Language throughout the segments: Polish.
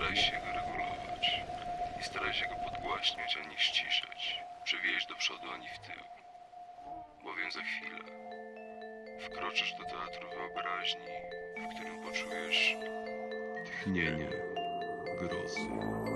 staraj się go regulować. Nie staraj się go podgłaśniać ani ściszać. Przewieźć do przodu ani w tył. Bowiem za chwilę wkroczysz do teatru wyobraźni, w którym poczujesz tchnienie grozy.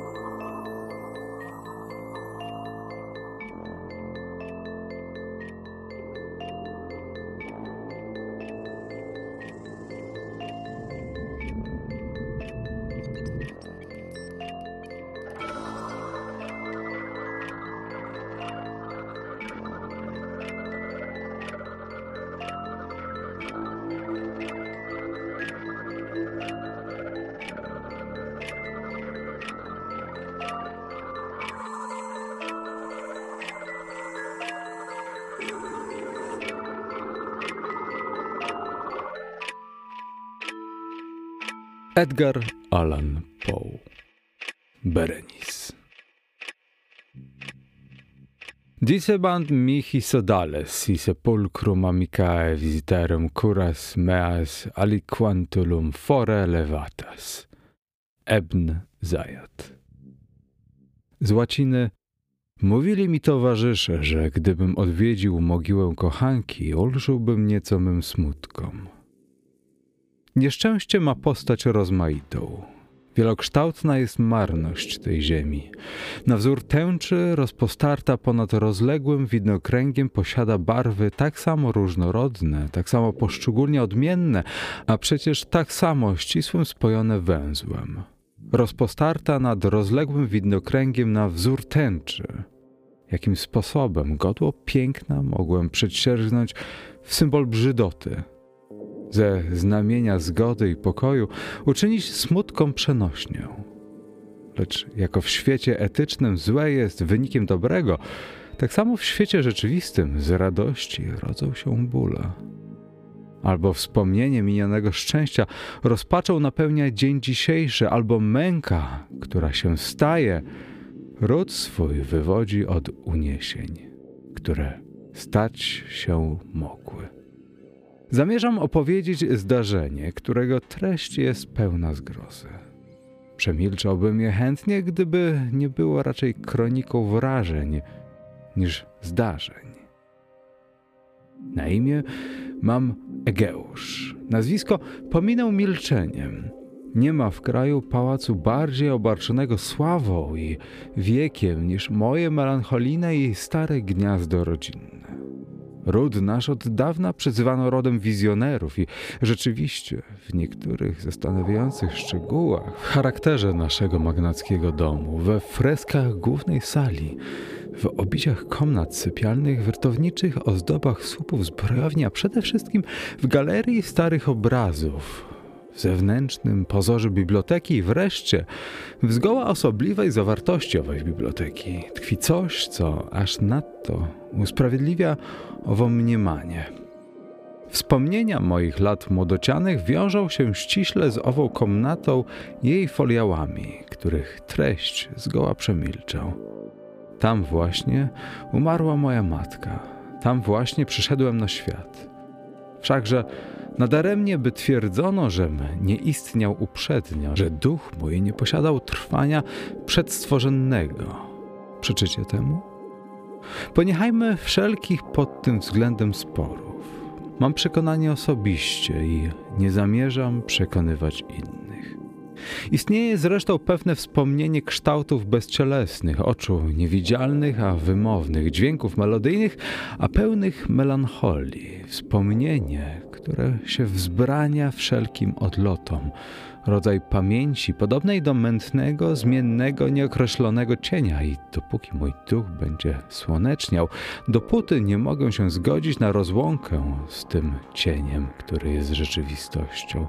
Edgar Allan Poe. Berenice. Dicebant mihi sodales, i sepulcrum amicae visiterem curas meas aliquantulum fore levatas. Ebn Zajat. Z łaciny: mówili mi towarzysze, że gdybym odwiedził mogiłę kochanki, ulżyłbym nieco mym smutkom. Nieszczęście ma postać rozmaitą. Wielokształtna jest marność tej ziemi. Na wzór tęczy rozpostarta ponad rozległym widnokręgiem posiada barwy tak samo różnorodne, tak samo poszczególnie odmienne, a przecież tak samo ścisłym spojone węzłem. Rozpostarta nad rozległym widnokręgiem na wzór tęczy. Jakim sposobem godło piękna mogłem przedsięgnąć w symbol brzydoty. Ze znamienia zgody i pokoju uczynić smutkom przenośnię. Lecz jako w świecie etycznym złe jest wynikiem dobrego, tak samo w świecie rzeczywistym z radości rodzą się bóle. Albo wspomnienie minionego szczęścia rozpaczą napełnia dzień dzisiejszy, albo męka, która się staje, ród swój wywodzi od uniesień, które stać się mogły. Zamierzam opowiedzieć zdarzenie, którego treść jest pełna zgrozy. Przemilczałbym je chętnie, gdyby nie było raczej kroniką wrażeń niż zdarzeń. Na imię mam Egeusz. Nazwisko pominę milczeniem. Nie ma w kraju pałacu bardziej obarczonego sławą i wiekiem niż moje melancholijne i stare gniazdo rodzinne. Ród nasz od dawna przyzywano rodem wizjonerów i rzeczywiście w niektórych zastanawiających szczegółach, w charakterze naszego magnackiego domu, we freskach głównej sali, w obiciach komnat sypialnych, wiertowniczych ozdobach słupów zbrojowni, a przede wszystkim w galerii starych obrazów, w zewnętrznym pozorze biblioteki i wreszcie w zgoła osobliwej zawartości owej biblioteki tkwi coś, co aż nadto usprawiedliwia owo mniemanie. Wspomnienia moich lat młodocianych wiążą się ściśle z ową komnatą i jej foliałami, których treść zgoła przemilczę. Tam właśnie umarła moja matka, tam właśnie przyszedłem na świat. Wszakże nadaremnie by twierdzono, żem nie istniał uprzednio, że duch mój nie posiadał trwania przedstworzennego. Przeczycie temu? Poniechajmy wszelkich pod tym względem sporów. Mam przekonanie osobiście i nie zamierzam przekonywać innych. Istnieje zresztą pewne wspomnienie kształtów bezcielesnych, oczu niewidzialnych, a wymownych, dźwięków melodyjnych, a pełnych melancholii. Wspomnienie, które się wzbrania wszelkim odlotom, rodzaj pamięci podobnej do mętnego, zmiennego, nieokreślonego cienia i dopóki mój duch będzie słoneczniał, dopóty nie mogę się zgodzić na rozłąkę z tym cieniem, który jest rzeczywistością.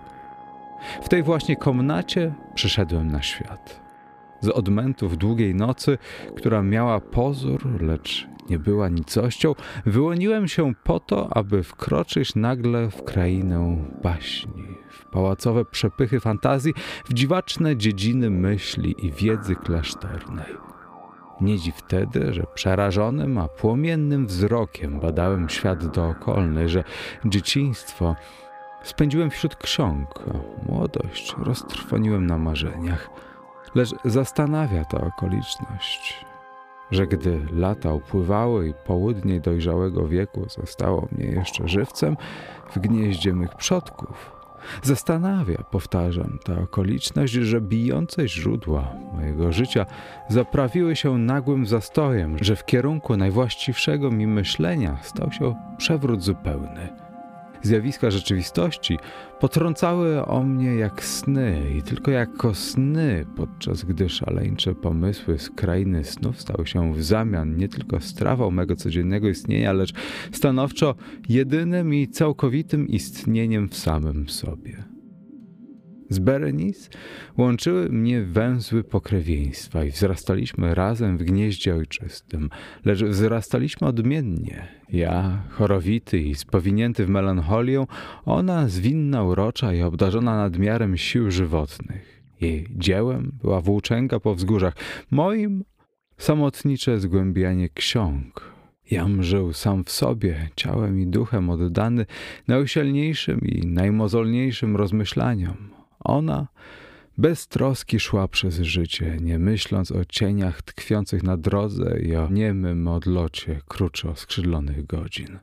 W tej właśnie komnacie przyszedłem na świat. Z odmętów długiej nocy, która miała pozór, lecz nie była nicością, wyłoniłem się po to, aby wkroczyć nagle w krainę baśni, w pałacowe przepychy fantazji, w dziwaczne dziedziny myśli i wiedzy klasztornej. Nie dziw wtedy, że przerażonym, a płomiennym wzrokiem badałem świat dookolny, że dzieciństwo spędziłem wśród ksiąg, a młodość roztrwoniłem na marzeniach. Lecz zastanawia ta okoliczność, że gdy lata upływały i południe dojrzałego wieku zostało mnie jeszcze żywcem w gnieździe mych przodków, zastanawia, powtarzam, ta okoliczność, że bijące źródła mojego życia zaprawiły się nagłym zastojem, że w kierunku najwłaściwszego mi myślenia stał się przewrót zupełny. Zjawiska rzeczywistości potrącały o mnie jak sny i tylko jako sny, podczas gdy szaleńcze pomysły z krainy snów stały się w zamian nie tylko strawą mego codziennego istnienia, lecz stanowczo jedynym i całkowitym istnieniem w samym sobie. Z Berenice łączyły mnie węzły pokrewieństwa i wzrastaliśmy razem w gnieździe ojczystym, lecz wzrastaliśmy odmiennie. Ja, chorowity i spowinięty w melancholię, ona zwinna, urocza i obdarzona nadmiarem sił żywotnych. Jej dziełem była włóczęga po wzgórzach, moim samotnicze zgłębianie ksiąg. Jam żył sam w sobie, ciałem i duchem oddany najusilniejszym i najmozolniejszym rozmyślaniom. Ona bez troski szła przez życie, nie myśląc o cieniach tkwiących na drodze i o niemym odlocie kruczo skrzydlonych godzin.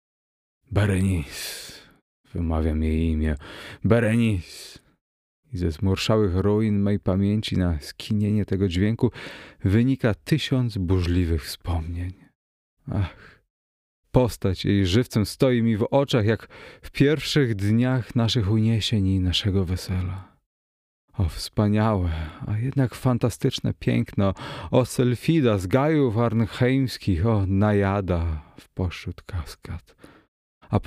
Berenice, wymawiam jej imię, Berenice. I ze zmurszałych ruin mej pamięci na skinienie tego dźwięku wynika 1000 burzliwych wspomnień. Ach, postać jej żywcem stoi mi w oczach, jak w pierwszych dniach naszych uniesień i naszego wesela. O wspaniałe, a jednak fantastyczne piękno, o Sylfida z gajów arnheimskich, o Najada w pośród kaskad. A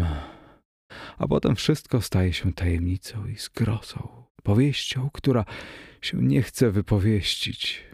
potem wszystko staje się tajemnicą i zgrozą, powieścią, która się nie chce wypowieścić.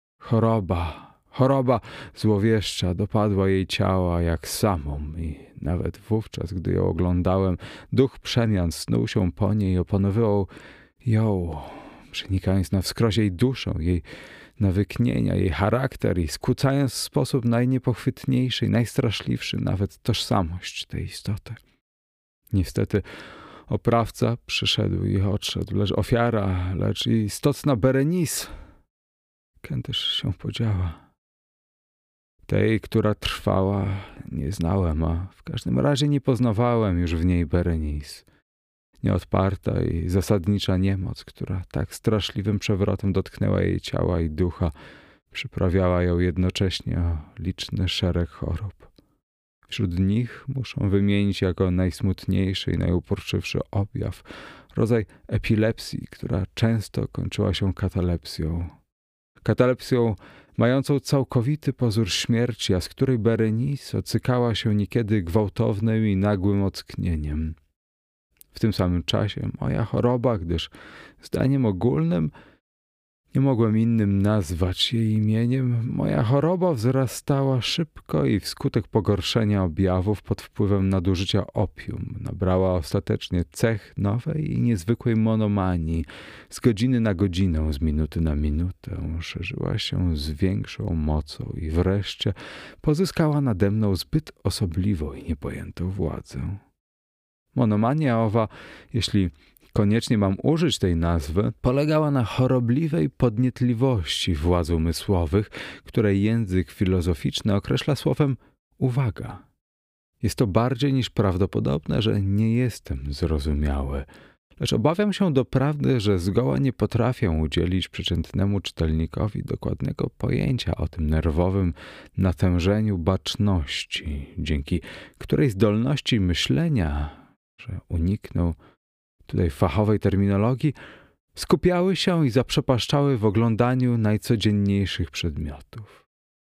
Choroba złowieszcza dopadła jej ciała jak samą i nawet wówczas, gdy ją oglądałem, duch przemian snuł się po niej i opanowywał ją, przenikając na wskroś jej duszę, jej nawyknienia, jej charakter i skłócając w sposób najniepochwytniejszy i najstraszliwszy nawet tożsamość tej istoty. Niestety oprawca przyszedł i odszedł, lecz ofiara, lecz istotna Berenice, kędyż się podziała. Tej, która trwała, nie znałem, a w każdym razie nie poznawałem już w niej Berenice. Nieodparta i zasadnicza niemoc, która tak straszliwym przewrotem dotknęła jej ciała i ducha, przyprawiała ją jednocześnie o liczny szereg chorób. Wśród nich muszę wymienić jako najsmutniejszy i najuporczywszy objaw rodzaj epilepsji, która często kończyła się katalepsją. Katalepsją mającą całkowity pozór śmierci, a z której Berenice ocykała się niekiedy gwałtownym i nagłym ocknieniem. W tym samym czasie moja choroba, gdyż zdaniem ogólnym nie mogłem innym nazwać jej imieniem, moja choroba wzrastała szybko i wskutek pogorszenia objawów pod wpływem nadużycia opium nabrała ostatecznie cech nowej i niezwykłej monomanii. Z godziny na godzinę, z minuty na minutę szerzyła się z większą mocą i wreszcie pozyskała nade mną zbyt osobliwą i niepojętą władzę. Monomania owa, jeśli koniecznie mam użyć tej nazwy, polegała na chorobliwej podnietliwości władz umysłowych, której język filozoficzny określa słowem uwaga. Jest to bardziej niż prawdopodobne, że nie jestem zrozumiały, lecz obawiam się doprawdy, że zgoła nie potrafię udzielić przeciętnemu czytelnikowi dokładnego pojęcia o tym nerwowym natężeniu baczności, dzięki której zdolności myślenia, że uniknął tutaj fachowej terminologii, skupiały się i zaprzepaszczały w oglądaniu najcodzienniejszych przedmiotów.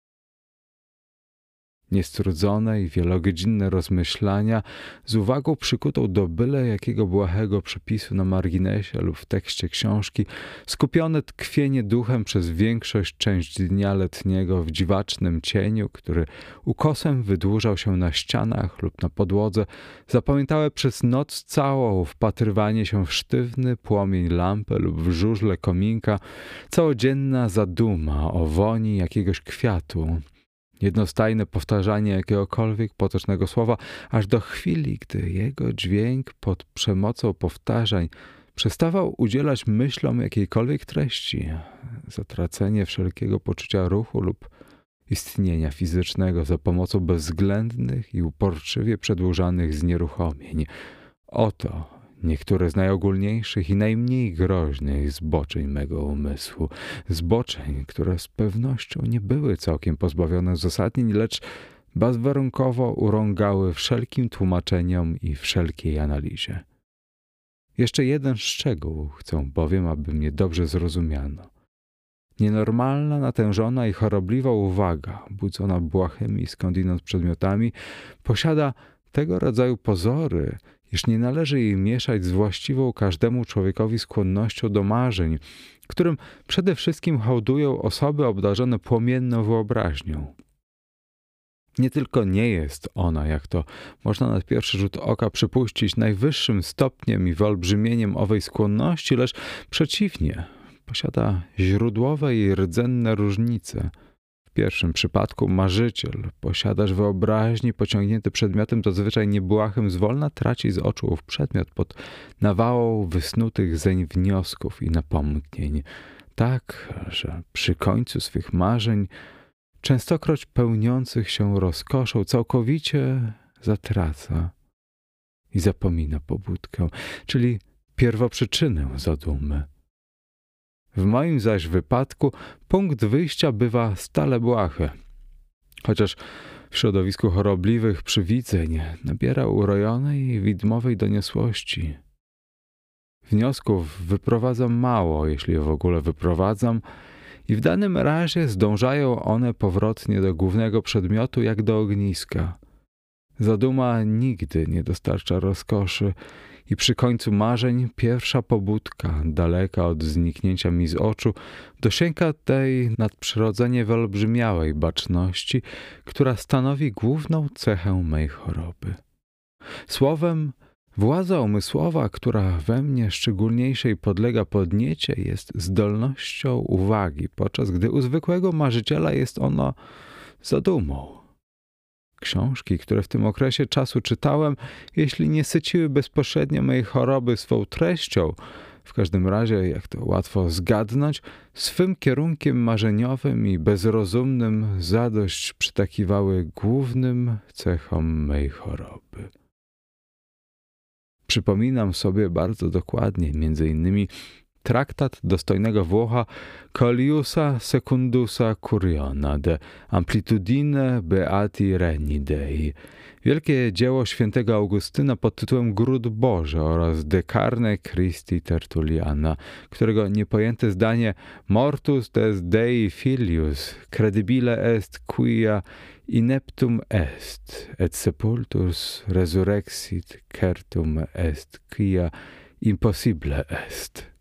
Niestrudzone i wielogodzinne rozmyślania z uwagą przykutą do byle jakiego błahego przepisu na marginesie lub w tekście książki, skupione tkwienie duchem przez część dnia letniego w dziwacznym cieniu, który ukosem wydłużał się na ścianach lub na podłodze, zapamiętałe przez noc całą wpatrywanie się w sztywny płomień lampy lub w żużle kominka, całodzienna zaduma o woni jakiegoś kwiatu, jednostajne powtarzanie jakiegokolwiek potocznego słowa, aż do chwili, gdy jego dźwięk pod przemocą powtarzań przestawał udzielać myślom jakiejkolwiek treści. Zatracenie wszelkiego poczucia ruchu lub istnienia fizycznego za pomocą bezwzględnych i uporczywie przedłużanych znieruchomień. Oto niektóre z najogólniejszych i najmniej groźnych zboczeń mego umysłu. Zboczeń, które z pewnością nie były całkiem pozbawione uzasadnień, lecz bezwarunkowo urągały wszelkim tłumaczeniom i wszelkiej analizie. Jeszcze jeden szczegół chcę bowiem, aby mnie dobrze zrozumiano. Nienormalna, natężona i chorobliwa uwaga, budzona błahymi skądinąd przedmiotami, posiada tego rodzaju pozory, iż nie należy jej mieszać z właściwą każdemu człowiekowi skłonnością do marzeń, którym przede wszystkim hołdują osoby obdarzone płomienną wyobraźnią. Nie tylko nie jest ona, jak to można na pierwszy rzut oka przypuścić, najwyższym stopniem i wyolbrzymieniem owej skłonności, lecz przeciwnie, posiada źródłowe i rdzenne różnice. W pierwszym przypadku marzyciel, posiadacz wyobraźni pociągnięty przedmiotem zazwyczaj niebłahym, zwolna traci z oczu ów przedmiot pod nawałą wysnutych zeń wniosków i napomknień, tak, że przy końcu swych marzeń, częstokroć pełniących się rozkoszą, całkowicie zatraca i zapomina pobudkę, czyli pierwoprzyczynę zadumy. W moim zaś wypadku punkt wyjścia bywa stale błahy, chociaż w środowisku chorobliwych przywidzeń nabiera urojonej, widmowej doniosłości. Wniosków wyprowadzam mało, jeśli je w ogóle wyprowadzam, i w danym razie zdążają one powrotnie do głównego przedmiotu jak do ogniska. Zaduma nigdy nie dostarcza rozkoszy i przy końcu marzeń pierwsza pobudka, daleka od zniknięcia mi z oczu, dosięga tej nadprzyrodzenie wyolbrzymiałej baczności, która stanowi główną cechę mej choroby. Słowem, władza umysłowa, która we mnie szczególniejszej podlega podniecie, jest zdolnością uwagi, podczas gdy u zwykłego marzyciela jest ona zadumą. Książki, które w tym okresie czasu czytałem, jeśli nie syciły bezpośrednio mojej choroby swą treścią, w każdym razie, jak to łatwo zgadnąć, swym kierunkiem marzeniowym i bezrozumnym zadość przytakiwały głównym cechom mej choroby. Przypominam sobie bardzo dokładnie między innymi traktat dostojnego Włocha Coeliusa Secundusa Curiona de Amplitudine Beati Regni Dei, wielkie dzieło świętego Augustyna pod tytułem Gród Boży oraz De Carne Christi Tertulliana, którego niepojęte zdanie Mortus des Dei filius credibile est quia ineptum est, et sepultus resurrexit certum est quia impossible est.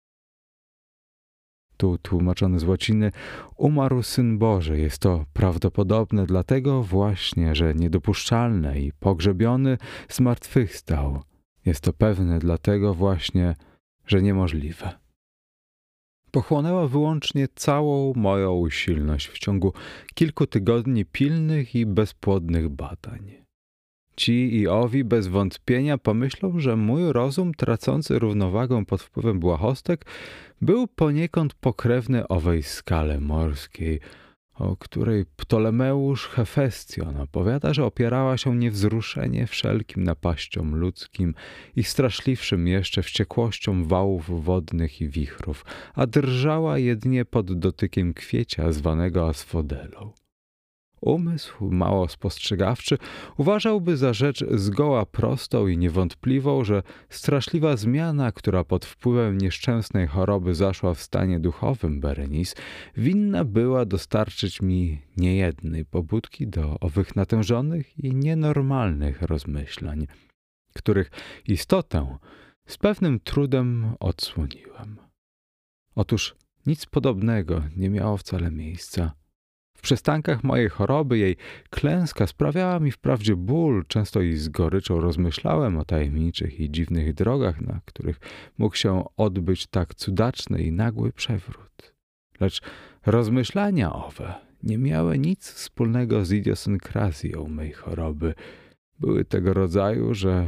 Tu tłumaczony z łaciny umarł Syn Boży. Jest to prawdopodobne dlatego właśnie, że niedopuszczalne i pogrzebiony zmartwychwstał. Jest to pewne dlatego właśnie, że niemożliwe. Pochłonęła wyłącznie całą moją usilność w ciągu kilku tygodni pilnych i bezpłodnych badań. Ci i owi bez wątpienia pomyślą, że mój rozum tracący równowagę pod wpływem błahostek był poniekąd pokrewny owej skale morskiej, o której Ptolemeusz Hefestion opowiada, że opierała się niewzruszenie wszelkim napaściom ludzkim i straszliwszym jeszcze wściekłością wałów wodnych i wichrów, a drżała jedynie pod dotykiem kwiecia zwanego asfodelą. Umysł mało spostrzegawczy uważałby za rzecz zgoła prostą i niewątpliwą, że straszliwa zmiana, która pod wpływem nieszczęsnej choroby zaszła w stanie duchowym Berenice, winna była dostarczyć mi niejednej pobudki do owych natężonych i nienormalnych rozmyślań, których istotę z pewnym trudem odsłoniłem. Otóż nic podobnego nie miało wcale miejsca. W przystankach mojej choroby jej klęska sprawiała mi wprawdzie ból, często i z goryczą rozmyślałem o tajemniczych i dziwnych drogach, na których mógł się odbyć tak cudaczny i nagły przewrót. Lecz rozmyślania owe nie miały nic wspólnego z idiosynkrazją mej choroby. Były tego rodzaju, że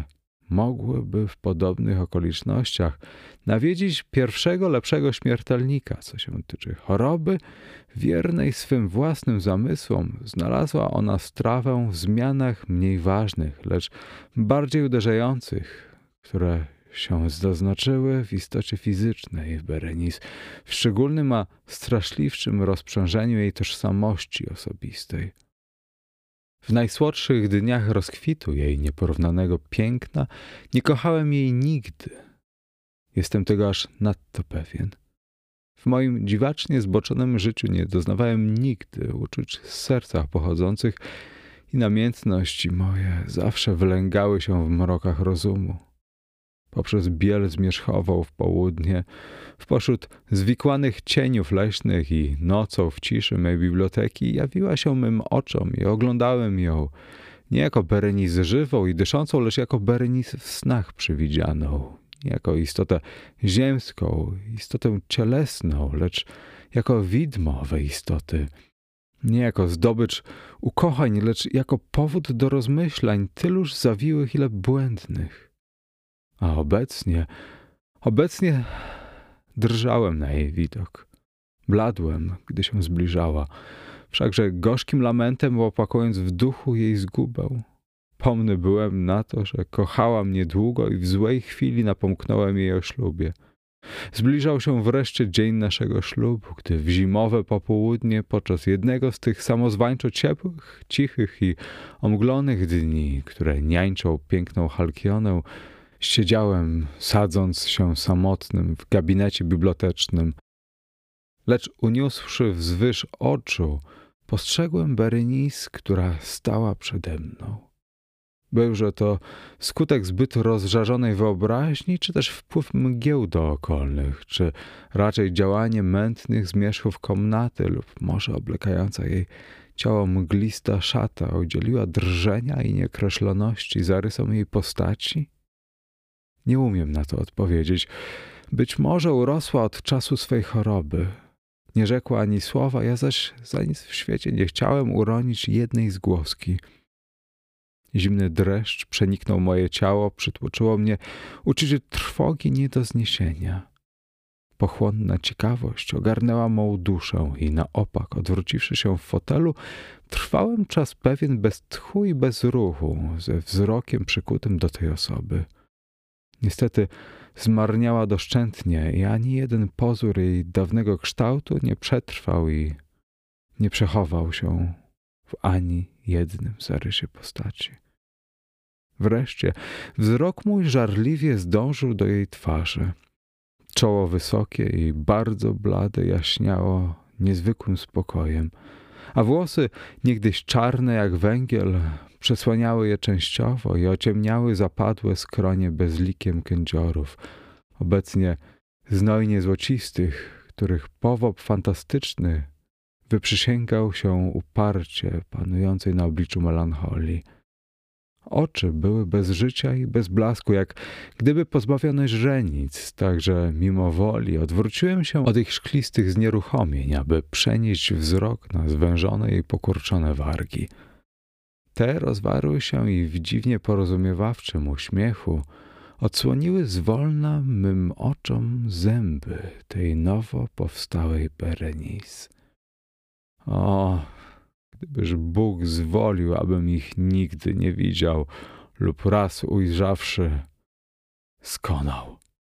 mogłyby w podobnych okolicznościach nawiedzić pierwszego lepszego śmiertelnika, co się tyczy choroby, wiernej swym własnym zamysłom, znalazła ona strawę w zmianach mniej ważnych, lecz bardziej uderzających, które się zaznaczyły w istocie fizycznej Berenice, w szczególnym a straszliwszym rozprzężeniu jej tożsamości osobistej. W najsłodszych dniach rozkwitu jej nieporównanego piękna nie kochałem jej nigdy. Jestem tego aż nadto pewien. W moim dziwacznie zboczonym życiu nie doznawałem nigdy uczuć z serca pochodzących i namiętności moje zawsze wylęgały się w mrokach rozumu. Poprzez biel zmierzchową w południe, wpośród zwikłanych cieniów leśnych i nocą w ciszy mej biblioteki jawiła się mym oczom i oglądałem ją, nie jako Berenice żywą i dyszącą, lecz jako Berenice w snach przywidzianą, nie jako istotę ziemską, istotę cielesną, lecz jako widmo owej istoty, nie jako zdobycz ukochań, lecz jako powód do rozmyślań tyluż zawiłych, ile błędnych. A obecnie drżałem na jej widok. Bladłem, gdy się zbliżała, wszakże gorzkim lamentem opłakując w duchu jej zgubę. Pomny byłem na to, że kochała mnie długo i w złej chwili napomknąłem jej o ślubie. Zbliżał się wreszcie dzień naszego ślubu, gdy w zimowe popołudnie podczas jednego z tych samozwańczo ciepłych, cichych i omglonych dni, które niańczą piękną Halkionę, siedziałem, sadząc się samotnym w gabinecie bibliotecznym, lecz uniósłszy wzwyż oczu, postrzegłem Berenice, która stała przede mną. Byłże to skutek zbyt rozżarzonej wyobraźni, czy też wpływ mgieł dookolnych, czy raczej działanie mętnych zmierzchów komnaty lub może oblekająca jej ciało mglista szata udzieliła drżenia i niekreśloności zarysom jej postaci? Nie umiem na to odpowiedzieć. Być może urosła od czasu swej choroby. Nie rzekła ani słowa, ja zaś za nic w świecie nie chciałem uronić jednej zgłoski. Zimny dreszcz przeniknął moje ciało, przytłoczyło mnie uczucie trwogi nie do zniesienia. Pochłonna ciekawość ogarnęła mą duszę i na opak, odwróciwszy się w fotelu, trwałem czas pewien bez tchu i bez ruchu, ze wzrokiem przykutym do tej osoby. Niestety zmarniała doszczętnie i ani jeden pozór jej dawnego kształtu nie przetrwał i nie przechował się w ani jednym zarysie postaci. Wreszcie wzrok mój żarliwie zdążył do jej twarzy. Czoło wysokie i bardzo blade jaśniało niezwykłym spokojem, a włosy, niegdyś czarne jak węgiel, przesłaniały je częściowo i ociemniały zapadłe skronie bezlikiem kędziorów, obecnie znojnie złocistych, których powab fantastyczny wyprzysięgał się uparcie panującej na obliczu melancholii. Oczy były bez życia i bez blasku, jak gdyby pozbawione źrenic, tak że mimo woli odwróciłem się od ich szklistych znieruchomień, aby przenieść wzrok na zwężone i pokurczone wargi. Te rozwarły się i w dziwnie porozumiewawczym uśmiechu odsłoniły zwolna mym oczom zęby tej nowo powstałej Berenice. O, gdybyż Bóg zwolił, abym ich nigdy nie widział lub raz ujrzawszy, skonał.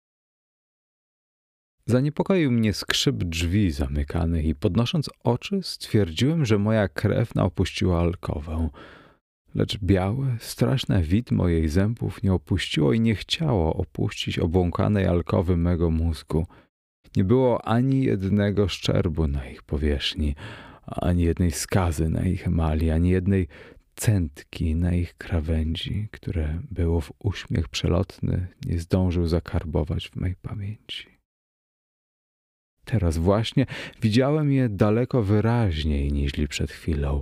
Zaniepokoił mnie skrzyp drzwi zamykanych i podnosząc oczy stwierdziłem, że moja krewna opuściła alkowę. Lecz białe, straszne widmo jej zębów nie opuściło i nie chciało opuścić obłąkanej alkowy mego mózgu. Nie było ani jednego szczerbu na ich powierzchni, ani jednej skazy na ich emali, ani jednej cętki na ich krawędzi, które było w uśmiech przelotny nie zdążył zakarbować w mej pamięci. Teraz właśnie widziałem je daleko wyraźniej niźli przed chwilą.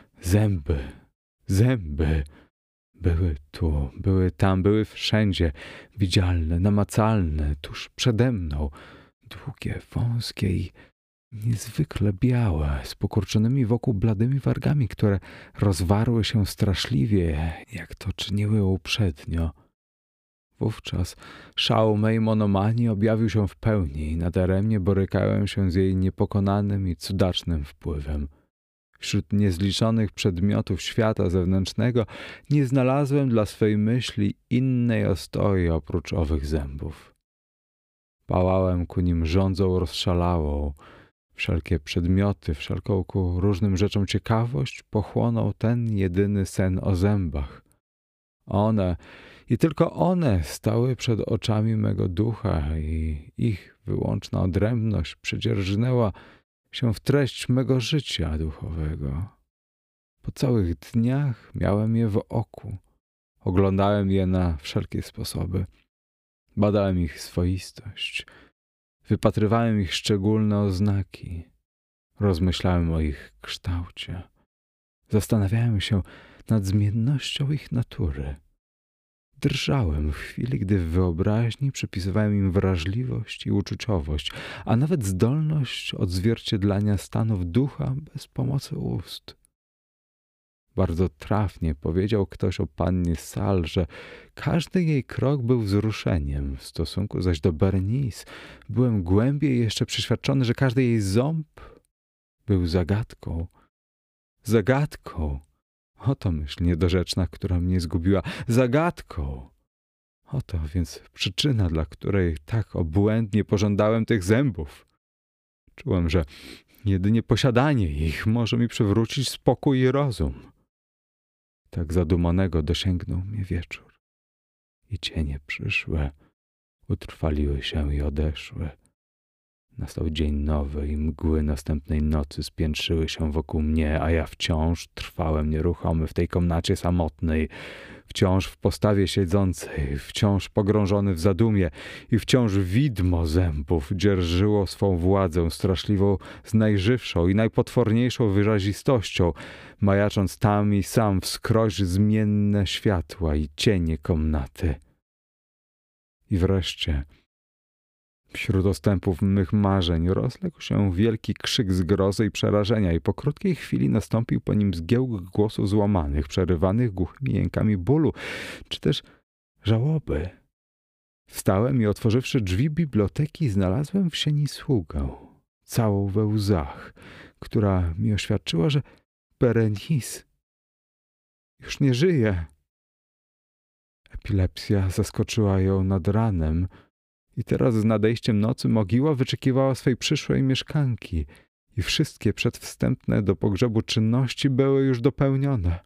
Zęby były tu, były tam, były wszędzie, widzialne, namacalne, tuż przede mną, długie, wąskie i niezwykle białe, z pokurczonymi wokół bladymi wargami, które rozwarły się straszliwie, jak to czyniły uprzednio. Wówczas szał mej monomanii objawił się w pełni i nadaremnie borykałem się z jej niepokonanym i cudacznym wpływem. Wśród niezliczonych przedmiotów świata zewnętrznego nie znalazłem dla swej myśli innej ostoi oprócz owych zębów. Pałałem ku nim żądzą rozszalałą. Wszelkie przedmioty, wszelką ku różnym rzeczom ciekawość pochłonął ten jedyny sen o zębach. One i tylko one stały przed oczami mego ducha i ich wyłączna odrębność przedzierżnęła się w treść mego życia duchowego. Po całych dniach miałem je w oku. Oglądałem je na wszelkie sposoby. Badałem ich swoistość. Wypatrywałem ich szczególne oznaki. Rozmyślałem o ich kształcie. Zastanawiałem się nad zmiennością ich natury. Drżałem w chwili, gdy w wyobraźni przypisywałem im wrażliwość i uczuciowość, a nawet zdolność odzwierciedlania stanów ducha bez pomocy ust. Bardzo trafnie powiedział ktoś o pannie Sal, że każdy jej krok był wzruszeniem. W stosunku zaś do Berenice byłem głębiej jeszcze przeświadczony, że każdy jej ząb był zagadką. Zagadką! Oto myśl niedorzeczna, która mnie zgubiła. Zagadką! Oto więc przyczyna, dla której tak obłędnie pożądałem tych zębów. Czułem, że jedynie posiadanie ich może mi przywrócić spokój i rozum. Tak zadumanego dosięgnął mnie wieczór. I cienie przyszłe, utrwaliły się i odeszły. Nastał dzień nowy i mgły następnej nocy spiętrzyły się wokół mnie, a ja wciąż trwałem nieruchomy w tej komnacie samotnej, wciąż w postawie siedzącej, wciąż pogrążony w zadumie i wciąż widmo zębów dzierżyło swą władzę straszliwą z najżywszą i najpotworniejszą wyrazistością, majacząc tam i sam wskroś zmienne światła i cienie komnaty. I wreszcie wśród ostępów mych marzeń rozległ się wielki krzyk zgrozy i przerażenia i po krótkiej chwili nastąpił po nim zgiełk głosów złamanych, przerywanych głuchymi jękami bólu, czy też żałoby. Wstałem i otworzywszy drzwi biblioteki znalazłem w sieni sługę, całą we łzach, która mi oświadczyła, że Berenice już nie żyje. Epilepsja zaskoczyła ją nad ranem, i teraz z nadejściem nocy mogiła wyczekiwała swej przyszłej mieszkanki i wszystkie przedwstępne do pogrzebu czynności były już dopełnione.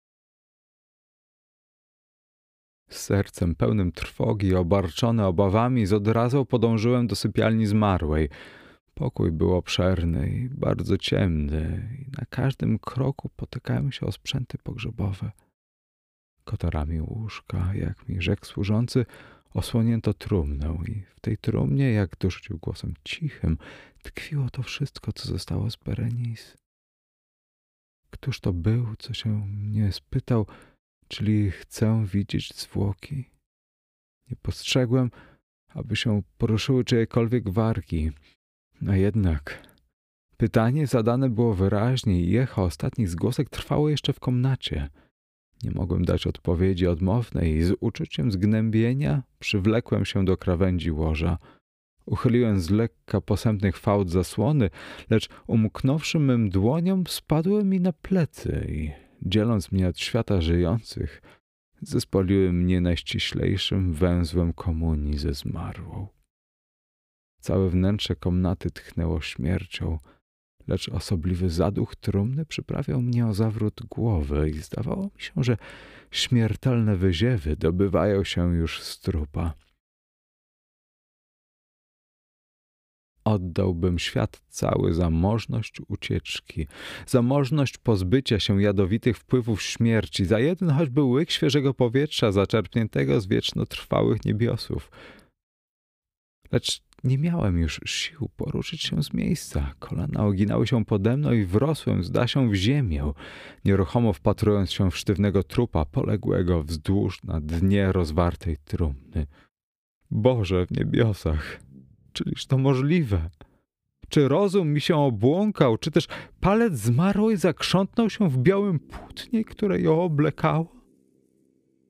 Z sercem pełnym trwogi, obarczony obawami, z odrazą podążyłem do sypialni zmarłej. Pokój był obszerny i bardzo ciemny i na każdym kroku potykałem się o sprzęty pogrzebowe. Kotarami łóżka, jak mi rzekł służący, osłonięto trumnę i w tej trumnie, jak dorzucił głosem cichym, tkwiło to wszystko, co zostało z Berenice. Któż to był, co się mnie spytał, czyli chcę widzieć zwłoki? Nie postrzegłem, aby się poruszyły czyjekolwiek wargi, a jednak pytanie zadane było wyraźnie i echo ostatnich zgłosek trwało jeszcze w komnacie. Nie mogłem dać odpowiedzi odmownej i z uczuciem zgnębienia przywlekłem się do krawędzi łoża. Uchyliłem z lekka posępnych fałd zasłony, lecz umknąwszy mym dłoniom, spadły mi na plecy i, dzieląc mnie od świata żyjących, zespoliły mnie najściślejszym węzłem komunii ze zmarłą. Całe wnętrze komnaty tchnęło śmiercią, lecz osobliwy zaduch trumny przyprawiał mnie o zawrót głowy i zdawało mi się, że śmiertelne wyziewy dobywają się już z trupa. Oddałbym świat cały za możność ucieczki, za możność pozbycia się jadowitych wpływów śmierci, za jeden choćby łyk świeżego powietrza zaczerpniętego z wiecznotrwałych niebiosów. Lecz nie miałem już sił poruszyć się z miejsca. Kolana oginały się pode mną i wrosłem z dasią w ziemię, nieruchomo wpatrując się w sztywnego trupa poległego wzdłuż na dnie rozwartej trumny. Boże w niebiosach, czyliż to możliwe? Czy rozum mi się obłąkał, czy też palec zmarłej zakrzątnął się w białym płótnie, które ją oblekało?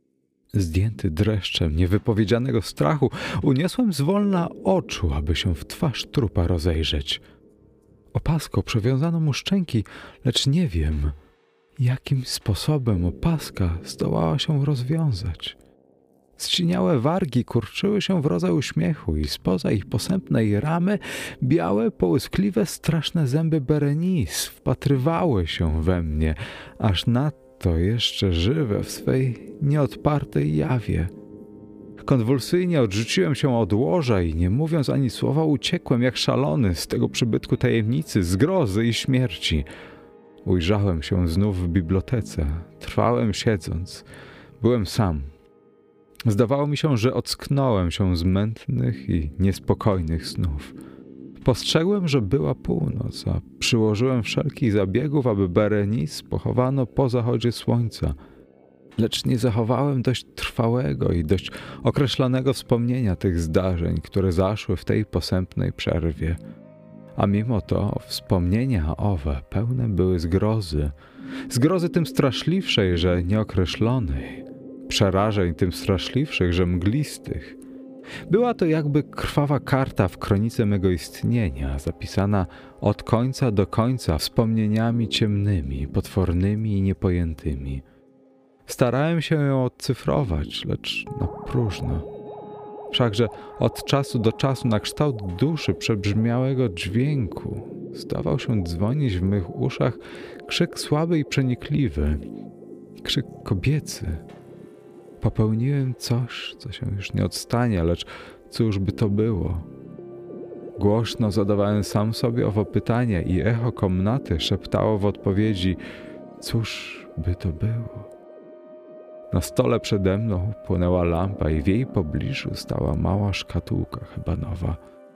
Zdjęty dreszczem niewypowiedzianego strachu, uniosłem zwolna oczu, aby się w twarz trupa rozejrzeć. Opaską przewiązano mu szczęki, lecz nie wiem, jakim sposobem opaska zdołała się rozwiązać. Zsiniałe wargi kurczyły się w rodzaj uśmiechu i spoza ich posępnej ramy białe, połyskliwe, straszne zęby Berenice wpatrywały się we mnie, aż nadto jeszcze żywe w swej nieodpartej jawie. Konwulsyjnie odrzuciłem się od łoża i nie mówiąc ani słowa uciekłem jak szalony z tego przybytku tajemnicy, zgrozy i śmierci. Ujrzałem się znów w bibliotece, trwałem siedząc. Byłem sam. Zdawało mi się, że ocknąłem się z mętnych i niespokojnych snów. Postrzegłem, że była północ, a przyłożyłem wszelkich zabiegów, aby Berenice pochowano po zachodzie słońca. Lecz nie zachowałem dość trwałego i dość określonego wspomnienia tych zdarzeń, które zaszły w tej posępnej przerwie. A mimo to wspomnienia owe pełne były zgrozy. Zgrozy tym straszliwszej, że nieokreślonej. Przerażeń tym straszliwszych, że mglistych. Była to jakby krwawa karta w kronice mego istnienia, zapisana od końca do końca wspomnieniami ciemnymi, potwornymi i niepojętymi. Starałem się ją odcyfrować, lecz na próżno. Wszakże od czasu do czasu na kształt duszy przebrzmiałego dźwięku zdawał się dzwonić w mych uszach krzyk słaby i przenikliwy, krzyk kobiecy. Popełniłem coś, co się już nie odstanie, lecz cóż by to było? Głośno zadawałem sam sobie owo pytanie i echo komnaty szeptało w odpowiedzi: cóż by to było? Na stole przede mną płonęła lampa i w jej pobliżu stała mała szkatułka hebanowa.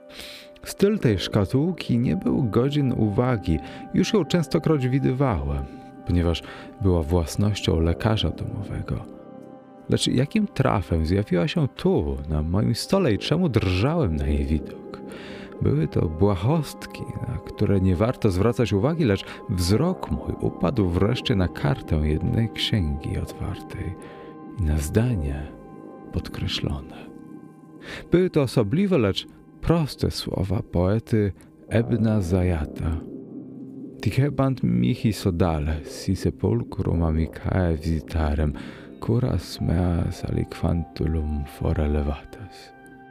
Styl tej szkatułki nie był godzien uwagi, już ją częstokroć widywałem, ponieważ była własnością lekarza domowego. Lecz jakim trafem zjawiła się tu, na moim stole i czemu drżałem na jej widok? Były to błahostki, na które nie warto zwracać uwagi, lecz wzrok mój upadł wreszcie na kartę jednej księgi otwartej i na zdanie podkreślone. Były to osobliwe, lecz proste słowa poety Ebna Zajata. Dicebant mihi sodale, si sepulcrum amicae visitarem, curas meas aliquantulum fore levatas.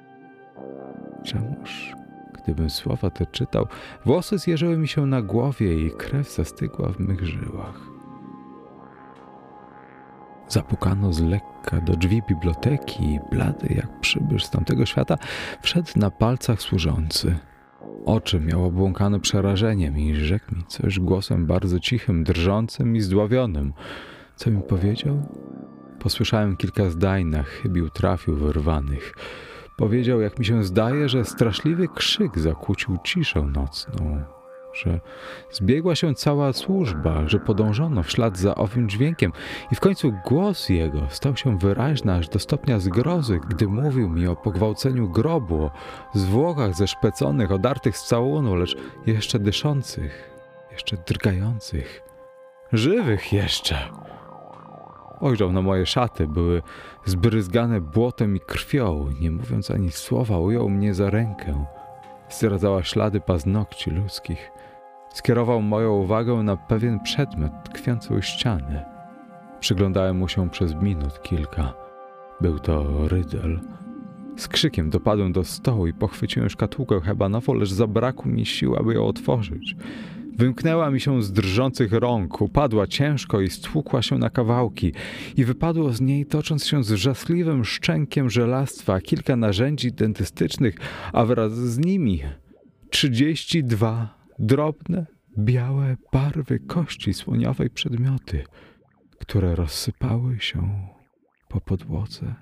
Czemuż, gdybym słowa te czytał, włosy zjeżyły mi się na głowie i krew zastygła w mych żyłach. Zapukano z lekka do drzwi biblioteki i blady jak przybysz z tamtego świata wszedł na palcach służący. Oczy miał obłąkane przerażeniem i rzekł mi coś głosem bardzo cichym, drżącym i zdławionym. Co mi powiedział? Posłyszałem kilka zdań na chybił trafił wyrwanych. Powiedział, jak mi się zdaje, że straszliwy krzyk zakłócił ciszę nocną, że zbiegła się cała służba, że podążono w ślad za owym dźwiękiem i w końcu głos jego stał się wyraźny aż do stopnia zgrozy, gdy mówił mi o pogwałceniu grobu, o zwłokach zeszpeconych, odartych z całunu, lecz jeszcze dyszących, jeszcze drgających, żywych jeszcze. Ojrzał na moje szaty, były zbryzgane błotem i krwią, nie mówiąc ani słowa, ujął mnie za rękę. Zdradzała ślady paznokci ludzkich. Skierował moją uwagę na pewien przedmiot tkwiący u ściany. Przyglądałem mu się przez minut kilka. Był to rydel. Z krzykiem dopadłem do stołu i pochwyciłem szkatułkę hebanową, lecz zabrakło mi sił, aby ją otworzyć. Wymknęła mi się z drżących rąk, upadła ciężko i stłukła się na kawałki i wypadło z niej, tocząc się z wrzaskliwym szczękiem żelastwa, kilka narzędzi dentystycznych, a wraz z nimi 32 drobne, białe barwy kości słoniowej przedmioty, które rozsypały się po podłodze.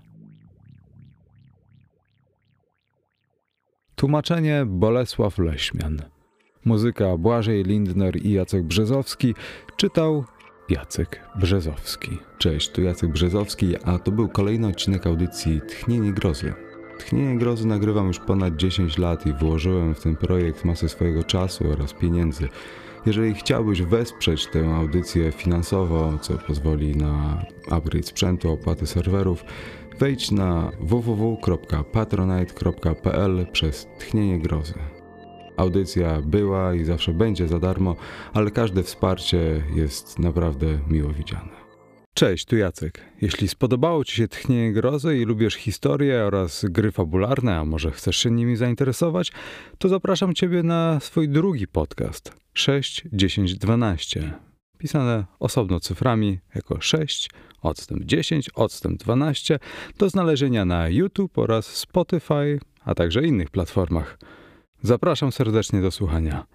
Tłumaczenie Bolesław Leśmian. Muzyka Błażej Lindner i Jacek Brzezowski. Czytał Jacek Brzezowski. Cześć, tu Jacek Brzezowski, a to był kolejny odcinek audycji Tchnienie Grozy. Tchnienie Grozy nagrywam już ponad 10 lat i włożyłem w ten projekt masę swojego czasu oraz pieniędzy. Jeżeli chciałbyś wesprzeć tę audycję finansowo, co pozwoli na upgrade sprzętu, opłaty serwerów, wejdź na www.patronite.pl przez Tchnienie Grozy. Audycja była i zawsze będzie za darmo, ale każde wsparcie jest naprawdę miło widziane. Cześć, tu Jacek. Jeśli spodobało Ci się Tchnienie Grozy i lubisz historię oraz gry fabularne, a może chcesz się nimi zainteresować, to zapraszam Ciebie na swój drugi podcast 6, 10, 12. Pisane osobno cyframi jako 6, odstęp 10, odstęp 12 do znalezienia na YouTube oraz Spotify, a także innych platformach. Zapraszam serdecznie do słuchania.